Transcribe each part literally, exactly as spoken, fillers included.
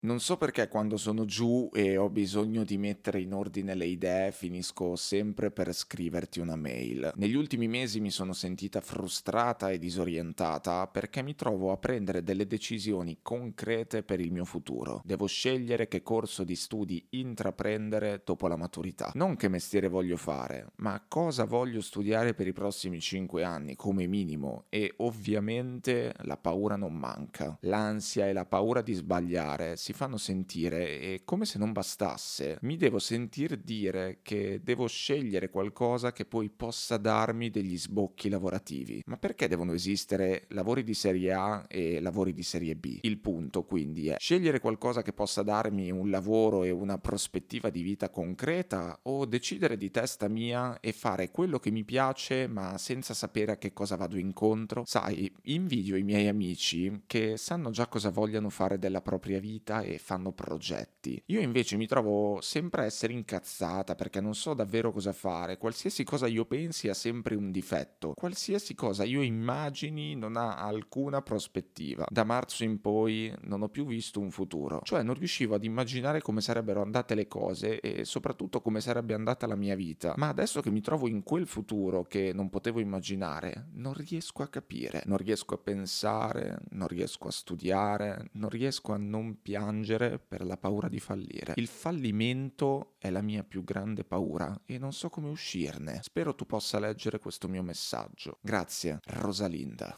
Non so perché quando sono giù e ho bisogno di mettere in ordine le idee finisco sempre per scriverti una mail. Negli ultimi mesi mi sono sentita frustrata e disorientata perché mi trovo a prendere delle decisioni concrete per il mio futuro. Devo scegliere che corso di studi intraprendere dopo la maturità. Non che mestiere voglio fare, ma cosa voglio studiare per i prossimi cinque anni come minimo, e ovviamente la paura non manca. L'ansia e la paura di sbagliare si fanno sentire e, come se non bastasse, mi devo sentir dire che devo scegliere qualcosa che poi possa darmi degli sbocchi lavorativi. Ma perché devono esistere lavori di serie A e lavori di serie B? Il punto quindi è scegliere qualcosa che possa darmi un lavoro e una prospettiva di vita concreta, o decidere di testa mia e fare quello che mi piace ma senza sapere a che cosa vado incontro? Sai, invidio i miei amici che sanno già cosa vogliono fare della propria vita e fanno progetti. Io invece mi trovo sempre a essere incazzata perché non so davvero cosa fare. Qualsiasi cosa io pensi ha sempre un difetto. Qualsiasi cosa io immagini non ha alcuna prospettiva. Da marzo in poi non ho più visto un futuro. Cioè non riuscivo ad immaginare come sarebbero andate le cose e soprattutto come sarebbe andata la mia vita. Ma adesso che mi trovo in quel futuro che non potevo immaginare, non riesco a capire, non riesco a pensare, non riesco a studiare, non riesco a non piangere per la paura di fallire. Il fallimento è la mia più grande paura e non so come uscirne. Spero tu possa leggere questo mio messaggio. Grazie, Rosalinda.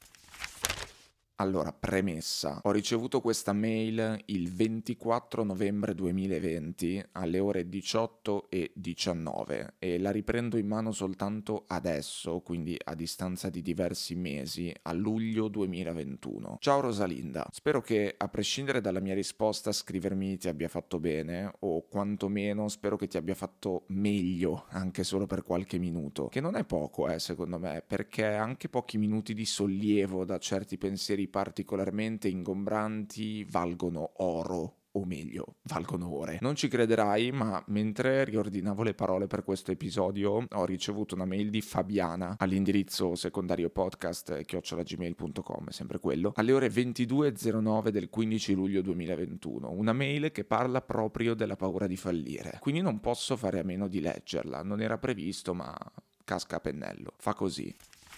Allora, premessa. Ho ricevuto questa mail il ventiquattro novembre duemilaventi alle ore diciotto e diciannove e la riprendo in mano soltanto adesso, quindi a distanza di diversi mesi, a luglio duemilaventuno. Ciao Rosalinda, spero che a prescindere dalla mia risposta a scrivermi ti abbia fatto bene, o quantomeno spero che ti abbia fatto meglio, anche solo per qualche minuto, che non è poco, eh, secondo me, perché anche pochi minuti di sollievo da certi pensieri particolarmente ingombranti valgono oro, o meglio, valgono ore. Non ci crederai, ma mentre riordinavo le parole per questo episodio ho ricevuto una mail di Fabiana all'indirizzo secondario podcast chiocciola gmail punto com, sempre quello, alle ore ventidue e zero nove del quindici luglio duemilaventuno, una mail che parla proprio della paura di fallire. Quindi non posso fare a meno di leggerla, non era previsto, ma casca a pennello. Fa così.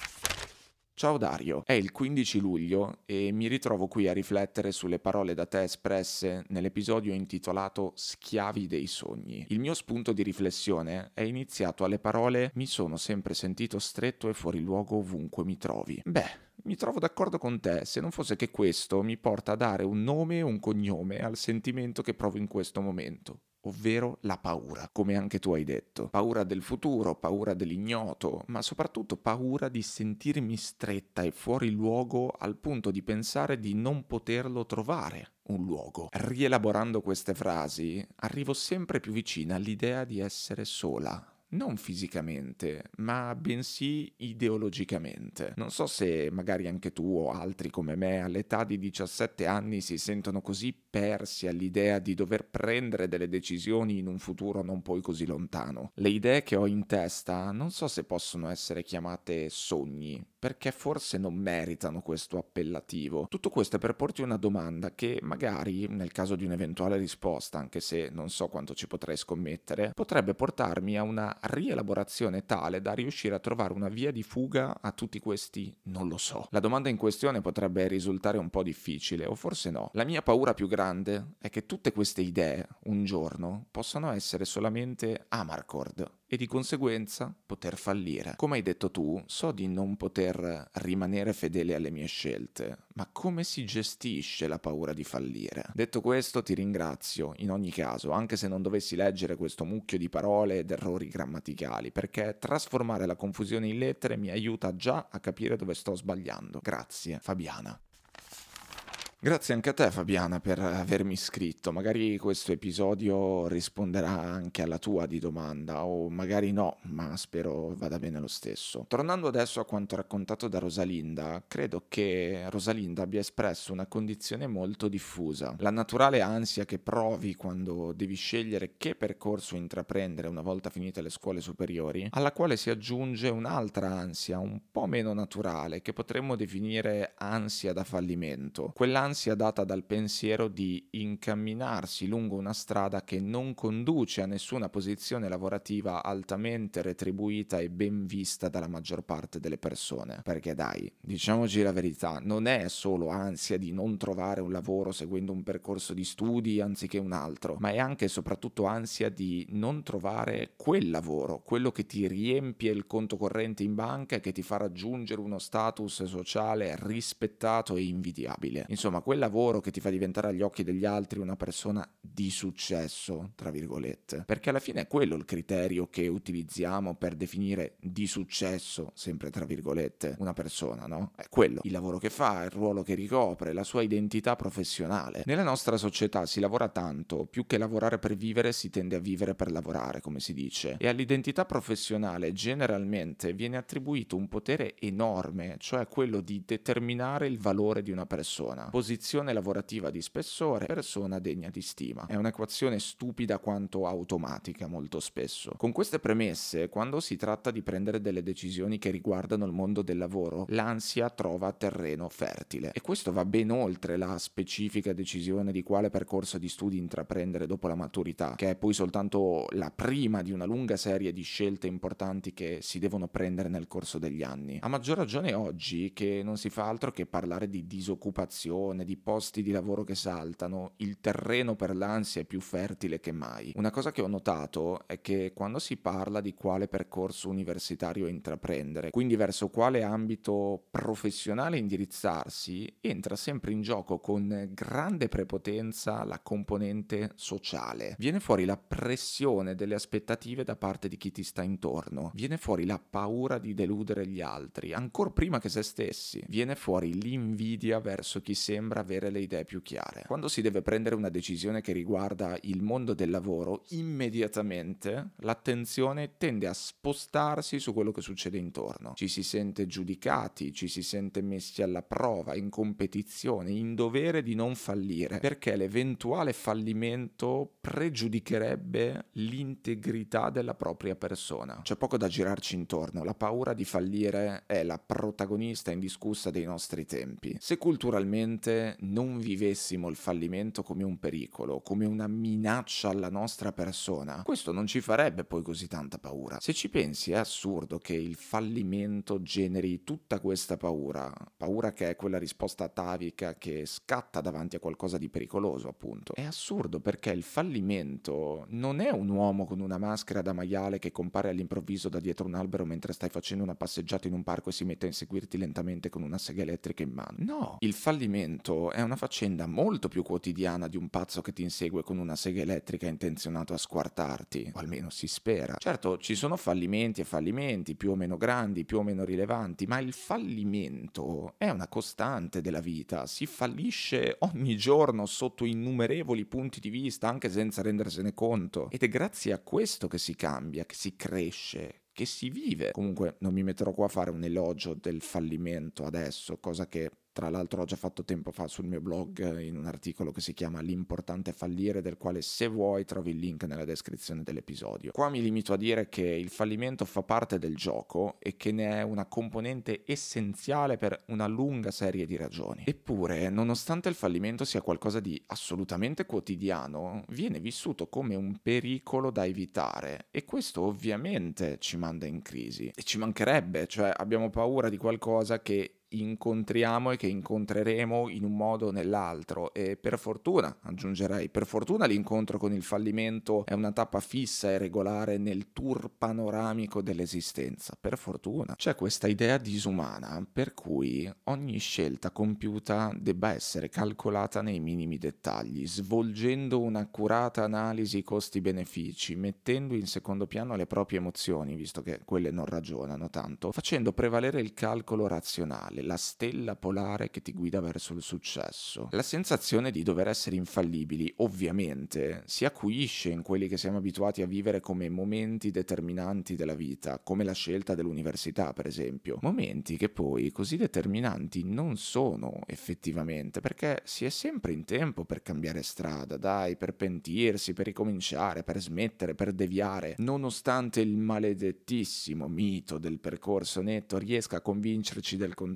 Ciao Dario, è il quindici luglio e mi ritrovo qui a riflettere sulle parole da te espresse nell'episodio intitolato Schiavi dei sogni. Il mio spunto di riflessione è iniziato alle parole "mi sono sempre sentito stretto e fuori luogo ovunque mi trovi". Beh, mi trovo d'accordo con te, se non fosse che questo mi porta a dare un nome e un cognome al sentimento che provo in questo momento, ovvero la paura, come anche tu hai detto. Paura del futuro, paura dell'ignoto, ma soprattutto paura di sentirmi stretta e fuori luogo al punto di pensare di non poterlo trovare un luogo. Rielaborando queste frasi, arrivo sempre più vicina all'idea di essere sola. Non fisicamente, ma bensì ideologicamente. Non so se magari anche tu o altri come me all'età di diciassette anni si sentono così persi all'idea di dover prendere delle decisioni in un futuro non poi così lontano. Le idee che ho in testa non so se possono essere chiamate sogni, perché forse non meritano questo appellativo. Tutto questo è per porti una domanda che magari, nel caso di un'eventuale risposta, anche se non so quanto ci potrei scommettere, potrebbe portarmi a una rielaborazione tale da riuscire a trovare una via di fuga a tutti questi non lo so. La domanda in questione potrebbe risultare un po' difficile, o forse no. La mia paura più grande è che tutte queste idee, un giorno, possano essere solamente Amarcord e di conseguenza poter fallire. Come hai detto tu, so di non poter rimanere fedele alle mie scelte, ma come si gestisce la paura di fallire? Detto questo, ti ringrazio, in ogni caso, anche se non dovessi leggere questo mucchio di parole ed errori grammaticali, perché trasformare la confusione in lettere mi aiuta già a capire dove sto sbagliando. Grazie, Fabiana. Grazie anche a te Fabiana per avermi scritto, magari questo episodio risponderà anche alla tua di domanda, o magari no, ma spero vada bene lo stesso. Tornando adesso a quanto raccontato da Rosalinda, credo che Rosalinda abbia espresso una condizione molto diffusa, la naturale ansia che provi quando devi scegliere che percorso intraprendere una volta finite le scuole superiori, alla quale si aggiunge un'altra ansia un po' meno naturale che potremmo definire ansia da fallimento, quell'ansia l'ansia data dal pensiero di incamminarsi lungo una strada che non conduce a nessuna posizione lavorativa altamente retribuita e ben vista dalla maggior parte delle persone. Perché dai, diciamoci la verità, non è solo ansia di non trovare un lavoro seguendo un percorso di studi anziché un altro, ma è anche e soprattutto ansia di non trovare quel lavoro, quello che ti riempie il conto corrente in banca e che ti fa raggiungere uno status sociale rispettato e invidiabile. Insomma, quel lavoro che ti fa diventare agli occhi degli altri una persona di successo, tra virgolette. Perché alla fine è quello il criterio che utilizziamo per definire di successo, sempre tra virgolette, una persona, no? È quello, il lavoro che fa, il ruolo che ricopre, la sua identità professionale. Nella nostra società si lavora tanto, più che lavorare per vivere si tende a vivere per lavorare, come si dice, e all'identità professionale generalmente viene attribuito un potere enorme, cioè quello di determinare il valore di una persona. Posizione lavorativa di spessore, persona degna di stima. È un'equazione stupida quanto automatica molto spesso. Con queste premesse, quando si tratta di prendere delle decisioni che riguardano il mondo del lavoro, l'ansia trova terreno fertile. E questo va ben oltre la specifica decisione di quale percorso di studi intraprendere dopo la maturità, che è poi soltanto la prima di una lunga serie di scelte importanti che si devono prendere nel corso degli anni. A maggior ragione oggi, che non si fa altro che parlare di disoccupazione, di posti di lavoro che saltano, il terreno per l'ansia è più fertile che mai. Una cosa che ho notato è che quando si parla di quale percorso universitario intraprendere, quindi verso quale ambito professionale indirizzarsi, entra sempre in gioco con grande prepotenza la componente sociale. Viene fuori la pressione delle aspettative da parte di chi ti sta intorno, viene fuori la paura di deludere gli altri, ancor prima che se stessi, viene fuori l'invidia verso chi sembra avere le idee più chiare. Quando si deve prendere una decisione che riguarda il mondo del lavoro, immediatamente l'attenzione tende a spostarsi su quello che succede intorno. Ci si sente giudicati, ci si sente messi alla prova, in competizione, in dovere di non fallire, perché l'eventuale fallimento pregiudicherebbe l'integrità della propria persona. C'è poco da girarci intorno, la paura di fallire è la protagonista indiscussa dei nostri tempi. Se culturalmente non vivessimo il fallimento come un pericolo, come una minaccia alla nostra persona, questo non ci farebbe poi così tanta paura. Se ci pensi, è assurdo che il fallimento generi tutta questa paura, paura che è quella risposta atavica che scatta davanti a qualcosa di pericoloso, appunto. È assurdo perché il fallimento non è un uomo con una maschera da maiale che compare all'improvviso da dietro un albero mentre stai facendo una passeggiata in un parco e si mette a inseguirti lentamente con una sega elettrica in mano. No, il fallimento è una faccenda molto più quotidiana di un pazzo che ti insegue con una sega elettrica intenzionato a squartarti, o almeno si spera. Certo, ci sono fallimenti e fallimenti, più o meno grandi, più o meno rilevanti, ma il fallimento è una costante della vita, si fallisce ogni giorno sotto innumerevoli punti di vista, anche senza rendersene conto, ed è grazie a questo che si cambia, che si cresce, che si vive. Comunque non mi metterò qua a fare un elogio del fallimento adesso, cosa che tra l'altro ho già fatto tempo fa sul mio blog in un articolo che si chiama L'importante è fallire, del quale se vuoi trovi il link nella descrizione dell'episodio. Qua mi limito a dire che il fallimento fa parte del gioco e che ne è una componente essenziale per una lunga serie di ragioni. Eppure, nonostante il fallimento sia qualcosa di assolutamente quotidiano, viene vissuto come un pericolo da evitare e questo ovviamente ci manda in crisi. E ci mancherebbe, cioè abbiamo paura di qualcosa che incontriamo e che incontreremo in un modo o nell'altro e per fortuna, aggiungerei, per fortuna l'incontro con il fallimento è una tappa fissa e regolare nel tour panoramico dell'esistenza, per fortuna. C'è questa idea disumana per cui ogni scelta compiuta debba essere calcolata nei minimi dettagli, svolgendo un'accurata analisi costi-benefici, mettendo in secondo piano le proprie emozioni, visto che quelle non ragionano tanto, facendo prevalere il calcolo razionale, la stella polare che ti guida verso il successo. La sensazione di dover essere infallibili, ovviamente, si acuisce in quelli che siamo abituati a vivere come momenti determinanti della vita, come la scelta dell'università, per esempio. Momenti che poi così determinanti non sono effettivamente, perché si è sempre in tempo per cambiare strada, dai, per pentirsi, per ricominciare, per smettere, per deviare, nonostante il maledettissimo mito del percorso netto riesca a convincerci del contrario.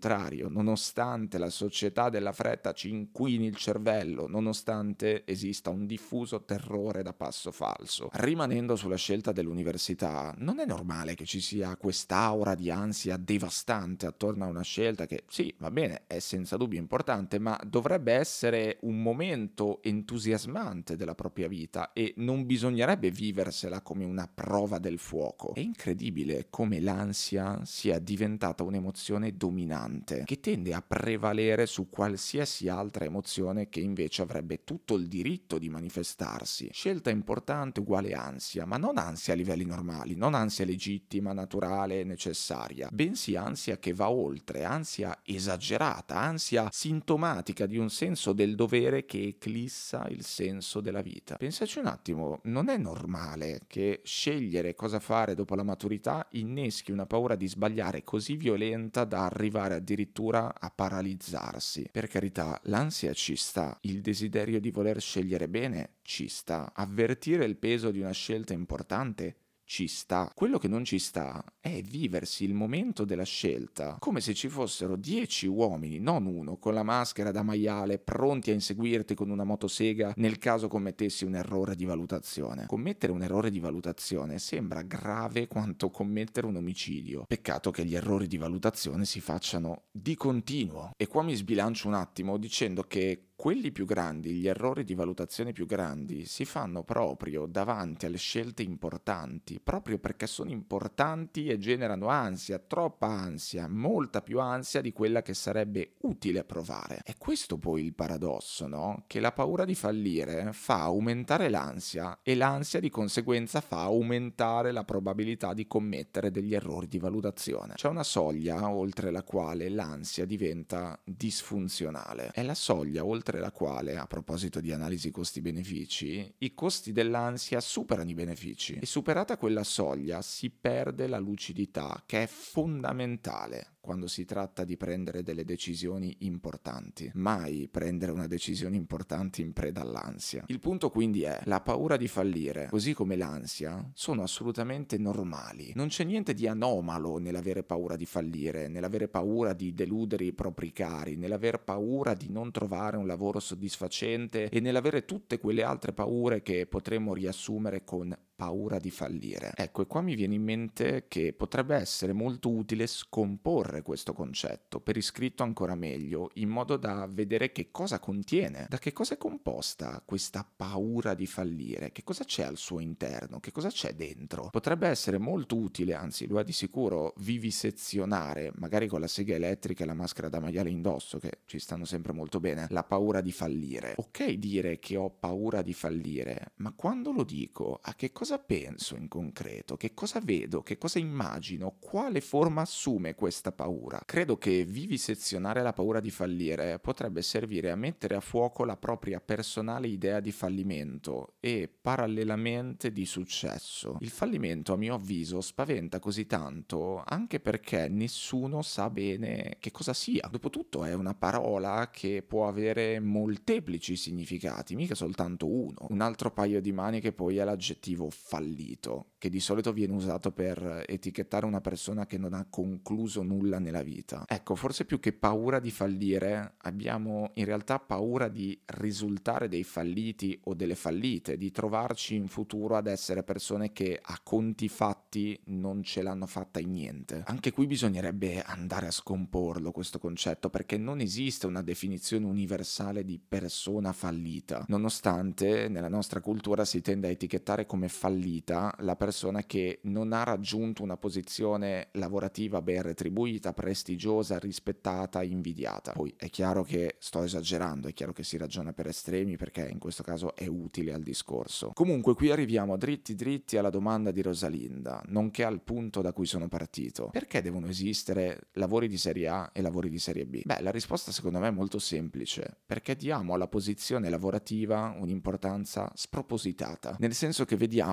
contrario, nonostante la società della fretta ci inquini il cervello, nonostante esista un diffuso terrore da passo falso. Rimanendo sulla scelta dell'università, non è normale che ci sia quest'aura di ansia devastante attorno a una scelta che, sì, va bene, è senza dubbio importante, ma dovrebbe essere un momento entusiasmante della propria vita e non bisognerebbe viversela come una prova del fuoco. È incredibile come l'ansia sia diventata un'emozione dominante, che tende a prevalere su qualsiasi altra emozione che invece avrebbe tutto il diritto di manifestarsi. Scelta importante uguale ansia, ma non ansia a livelli normali, non ansia legittima, naturale, necessaria, bensì ansia che va oltre, ansia esagerata, ansia sintomatica di un senso del dovere che eclissa il senso della vita. Pensaci un attimo, non è normale che scegliere cosa fare dopo la maturità inneschi una paura di sbagliare così violenta da arrivare addirittura a paralizzarsi. Per carità, l'ansia ci sta, il desiderio di voler scegliere bene ci sta, avvertire il peso di una scelta importante ci sta. Quello che non ci sta è viversi il momento della scelta come se ci fossero dieci uomini, non uno, con la maschera da maiale, pronti a inseguirti con una motosega nel caso commettessi un errore di valutazione. Commettere un errore di valutazione sembra grave quanto commettere un omicidio. Peccato che gli errori di valutazione si facciano di continuo. E qua mi sbilancio un attimo dicendo che quelli più grandi, gli errori di valutazione più grandi, si fanno proprio davanti alle scelte importanti, proprio perché sono importanti e generano ansia, troppa ansia, molta più ansia di quella che sarebbe utile provare. È questo poi il paradosso, no? Che la paura di fallire fa aumentare l'ansia e l'ansia di conseguenza fa aumentare la probabilità di commettere degli errori di valutazione. C'è una soglia oltre la quale l'ansia diventa disfunzionale. È la soglia oltre la quale, a proposito di analisi costi-benefici, i costi dell'ansia superano i benefici e superata quella soglia si perde la lucidità, che è fondamentale quando si tratta di prendere delle decisioni importanti. Mai prendere una decisione importante in preda all'ansia. Il punto quindi è: la paura di fallire, così come l'ansia, sono assolutamente normali. Non c'è niente di anomalo nell'avere paura di fallire, nell'avere paura di deludere i propri cari, nell'aver paura di non trovare un lavoro soddisfacente e nell'avere tutte quelle altre paure che potremmo riassumere con paura di fallire. Ecco, e qua mi viene in mente che potrebbe essere molto utile scomporre questo concetto, per iscritto ancora meglio, in modo da vedere che cosa contiene, da che cosa è composta questa paura di fallire, che cosa c'è al suo interno, che cosa c'è dentro. Potrebbe essere molto utile, anzi lo è di sicuro, vivisezionare, magari con la sega elettrica e la maschera da maiale indosso, che ci stanno sempre molto bene, la paura di fallire. Ok dire che ho paura di fallire, ma quando lo dico, a che cosa penso in concreto? Che cosa vedo? Che cosa immagino? Quale forma assume questa paura? Credo che vivisezionare la paura di fallire potrebbe servire a mettere a fuoco la propria personale idea di fallimento e parallelamente di successo. Il fallimento, a mio avviso, spaventa così tanto anche perché nessuno sa bene che cosa sia. Dopotutto è una parola che può avere molteplici significati, mica soltanto uno. Un altro paio di maniche poi è l'aggettivo fallito, che di solito viene usato per etichettare una persona che non ha concluso nulla nella vita. Ecco, forse più che paura di fallire, abbiamo in realtà paura di risultare dei falliti o delle fallite, di trovarci in futuro ad essere persone che a conti fatti non ce l'hanno fatta in niente. Anche qui bisognerebbe andare a scomporlo questo concetto, perché non esiste una definizione universale di persona fallita, nonostante nella nostra cultura si tende a etichettare come fallita la persona che non ha raggiunto una posizione lavorativa ben retribuita, prestigiosa, rispettata, invidiata. Poi è chiaro che sto esagerando, è chiaro che si ragiona per estremi perché in questo caso è utile al discorso. Comunque qui arriviamo dritti dritti alla domanda di Rosalinda, nonché al punto da cui sono partito. Perché devono esistere lavori di serie A e lavori di serie B? Beh, la risposta secondo me è molto semplice, perché diamo alla posizione lavorativa un'importanza spropositata, nel senso che vediamo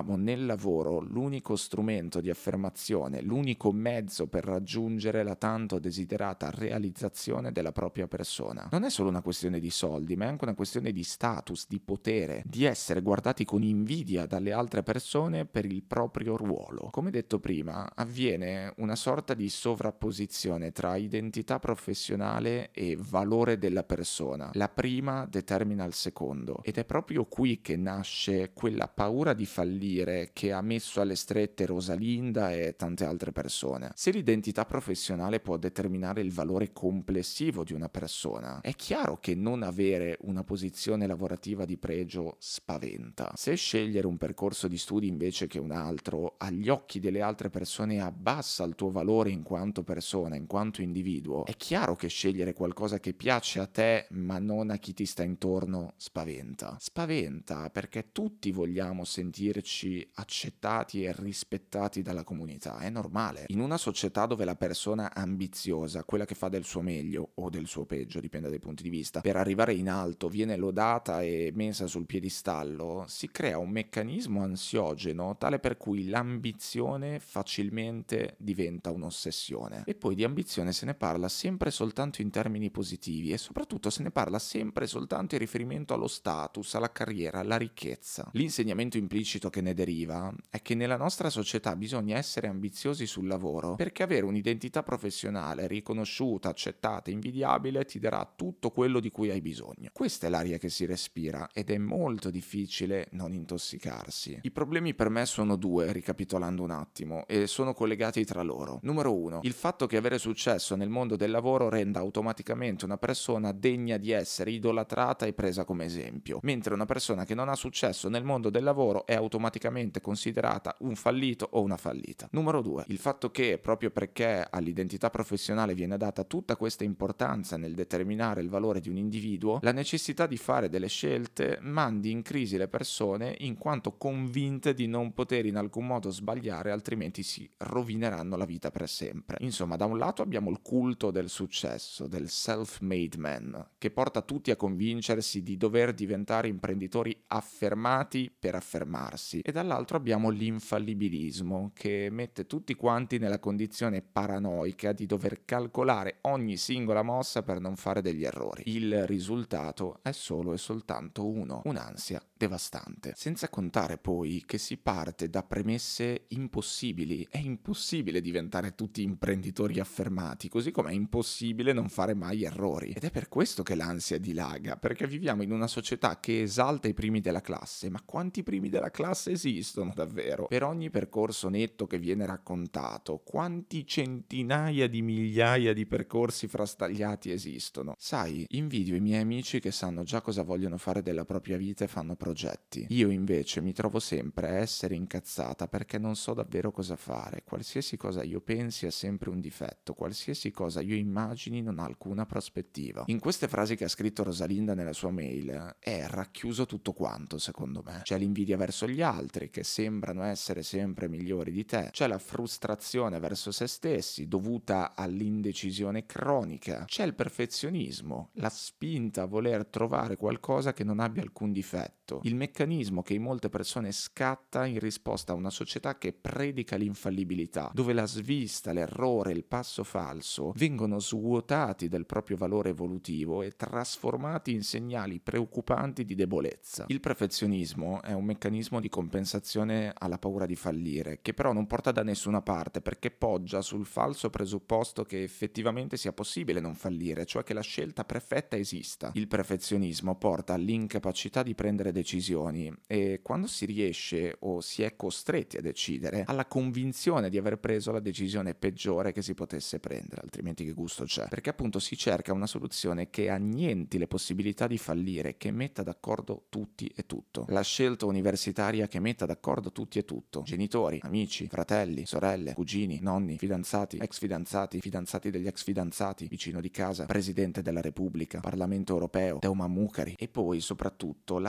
riteniamo nel lavoro l'unico strumento di affermazione, l'unico mezzo per raggiungere la tanto desiderata realizzazione della propria persona. Non è solo una questione di soldi, ma è anche una questione di status, di potere, di essere guardati con invidia dalle altre persone per il proprio ruolo. Come detto prima, avviene una sorta di sovrapposizione tra identità professionale e valore della persona. La prima determina il secondo, ed è proprio qui che nasce quella paura di fallire che ha messo alle strette Rosalinda e tante altre persone. Se l'identità professionale può determinare il valore complessivo di una persona, è chiaro che non avere una posizione lavorativa di pregio spaventa. Se scegliere un percorso di studi invece che un altro, agli occhi delle altre persone abbassa il tuo valore in quanto persona, in quanto individuo, è chiaro che scegliere qualcosa che piace a te ma non a chi ti sta intorno spaventa. Spaventa perché tutti vogliamo sentirci accettati e rispettati dalla comunità, è normale. In una società dove la persona ambiziosa, quella che fa del suo meglio o del suo peggio, dipende dai punti di vista, per arrivare in alto viene lodata e messa sul piedistallo, si crea un meccanismo ansiogeno tale per cui l'ambizione facilmente diventa un'ossessione. E poi di ambizione se ne parla sempre soltanto in termini positivi e soprattutto se ne parla sempre soltanto in riferimento allo status, alla carriera, alla ricchezza. L'insegnamento implicito che ne deriva è che nella nostra società bisogna essere ambiziosi sul lavoro perché avere un'identità professionale riconosciuta, accettata, invidiabile ti darà tutto quello di cui hai bisogno. Questa è l'aria che si respira ed è molto difficile non intossicarsi. I problemi per me sono due, ricapitolando un attimo, e sono collegati tra loro. Numero uno, il fatto che avere successo nel mondo del lavoro renda automaticamente una persona degna di essere idolatrata e presa come esempio, mentre una persona che non ha successo nel mondo del lavoro è automaticamente considerata un fallito o una fallita. Numero due, il fatto che proprio perché all'identità professionale viene data tutta questa importanza nel determinare il valore di un individuo, la necessità di fare delle scelte mandi in crisi le persone in quanto convinte di non poter in alcun modo sbagliare, altrimenti si rovineranno la vita per sempre. Insomma, da un lato abbiamo il culto del successo, del self-made man, che porta tutti a convincersi di dover diventare imprenditori affermati per affermarsi, e dall'altro abbiamo l'infallibilismo, che mette tutti quanti nella condizione paranoica di dover calcolare ogni singola mossa per non fare degli errori. Il risultato è solo e soltanto uno, un'ansia devastante. Senza contare poi che si parte da premesse impossibili. È impossibile diventare tutti imprenditori affermati, così come è impossibile non fare mai errori. Ed è per questo che l'ansia dilaga, perché viviamo in una società che esalta i primi della classe, ma quanti primi della classe esistono davvero? Per ogni percorso netto che viene raccontato, quanti centinaia di migliaia di percorsi frastagliati esistono? Sai, invidio i miei amici che sanno già cosa vogliono fare della propria vita e fanno progetti. Io invece mi trovo sempre a essere incazzata perché non so davvero cosa fare. Qualsiasi cosa io pensi è sempre un difetto, qualsiasi cosa io immagini non ha alcuna prospettiva. In queste frasi che ha scritto Rosalinda nella sua mail è racchiuso tutto quanto, secondo me. C'è l'invidia verso gli altri che sembrano essere sempre migliori di te, c'è la frustrazione verso se stessi dovuta all'indecisione cronica, c'è il perfezionismo, la spinta a voler trovare qualcosa che non abbia alcun difetto, il meccanismo che in molte persone scatta in risposta a una società che predica l'infallibilità, dove la svista, l'errore, il passo falso vengono svuotati del proprio valore evolutivo e trasformati in segnali preoccupanti di debolezza. Il perfezionismo è un meccanismo di compensazione alla paura di fallire, che però non porta da nessuna parte perché poggia sul falso presupposto che effettivamente sia possibile non fallire, cioè che la scelta perfetta esista. Il perfezionismo porta all'incapacità di prendere decisioni e quando si riesce o si è costretti a decidere, alla convinzione di aver preso la decisione peggiore che si potesse prendere, altrimenti che gusto c'è? Perché appunto si cerca una soluzione che annienti le possibilità di fallire, che metta d'accordo tutti e tutto. La scelta universitaria che metta d'accordo tutti e tutto. Genitori, amici, fratelli, sorelle, cugini, nonni, fidanzati, ex fidanzati, fidanzati degli ex fidanzati, vicino di casa, presidente della Repubblica, Parlamento europeo, Teo Mammucari. E poi soprattutto la scelta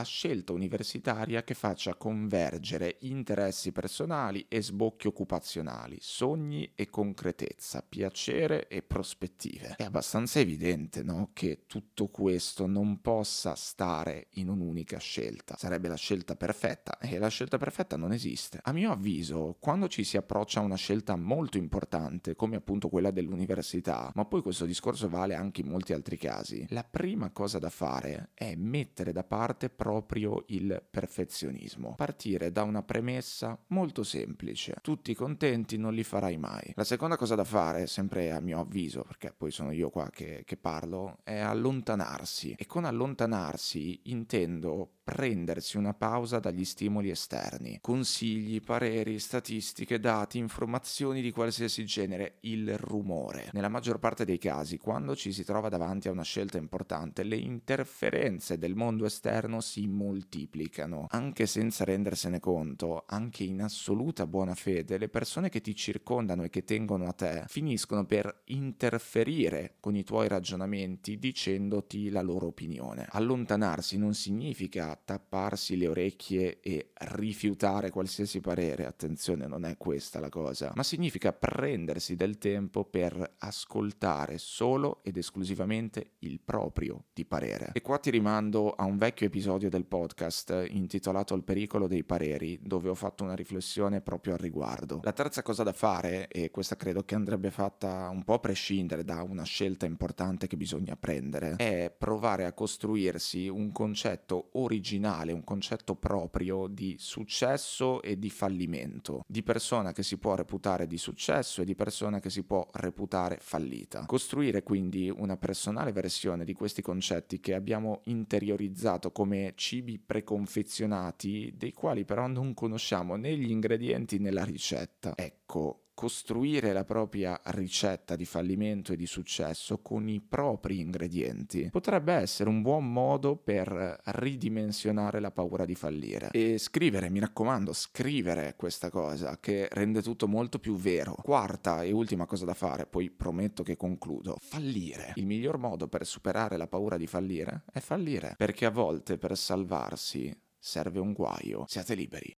scelta universitaria che faccia convergere interessi personali e sbocchi occupazionali, sogni e concretezza, piacere e prospettive. È abbastanza evidente, no, che tutto questo non possa stare in un'unica scelta. Sarebbe la scelta perfetta e la scelta perfetta non esiste. A mio avviso, quando ci si approccia a una scelta molto importante, come appunto quella dell'università, ma poi questo discorso vale anche in molti altri casi, la prima cosa da fare è mettere da parte proprio il perfezionismo. Partire da una premessa molto semplice. Tutti contenti non li farai mai. La seconda cosa da fare, sempre a mio avviso, perché poi sono io qua che, che parlo, è allontanarsi. E con allontanarsi intendo prendersi una pausa dagli stimoli esterni, consigli, pareri, statistiche, dati, informazioni di qualsiasi genere, il rumore. Nella maggior parte dei casi, quando ci si trova davanti a una scelta importante, le interferenze del mondo esterno si moltiplicano. Anche senza rendersene conto, anche in assoluta buona fede, le persone che ti circondano e che tengono a te finiscono per interferire con i tuoi ragionamenti dicendoti la loro opinione. Allontanarsi non significa tapparsi le orecchie e rifiutare qualsiasi parere, attenzione, non è questa la cosa, ma significa prendersi del tempo per ascoltare solo ed esclusivamente il proprio di parere. E qua ti rimando a un vecchio episodio del podcast intitolato Il pericolo dei pareri, dove ho fatto una riflessione proprio al riguardo. La terza cosa da fare, e questa credo che andrebbe fatta un po' a prescindere da una scelta importante che bisogna prendere, è provare a costruirsi un concetto originale, un concetto proprio di successo e di fallimento, di persona che si può reputare di successo e di persona che si può reputare fallita. Costruire quindi una personale versione di questi concetti che abbiamo interiorizzato come cibi preconfezionati, dei quali però non conosciamo né gli ingredienti né la ricetta. Ecco, costruire la propria ricetta di fallimento e di successo con i propri ingredienti potrebbe essere un buon modo per ridimensionare la paura di fallire. E scrivere, mi raccomando, scrivere questa cosa che rende tutto molto più vero. Quarta e ultima cosa da fare, poi prometto che concludo: fallire. Il miglior modo per superare la paura di fallire è fallire, perché a volte per salvarsi serve un guaio. Siate liberi.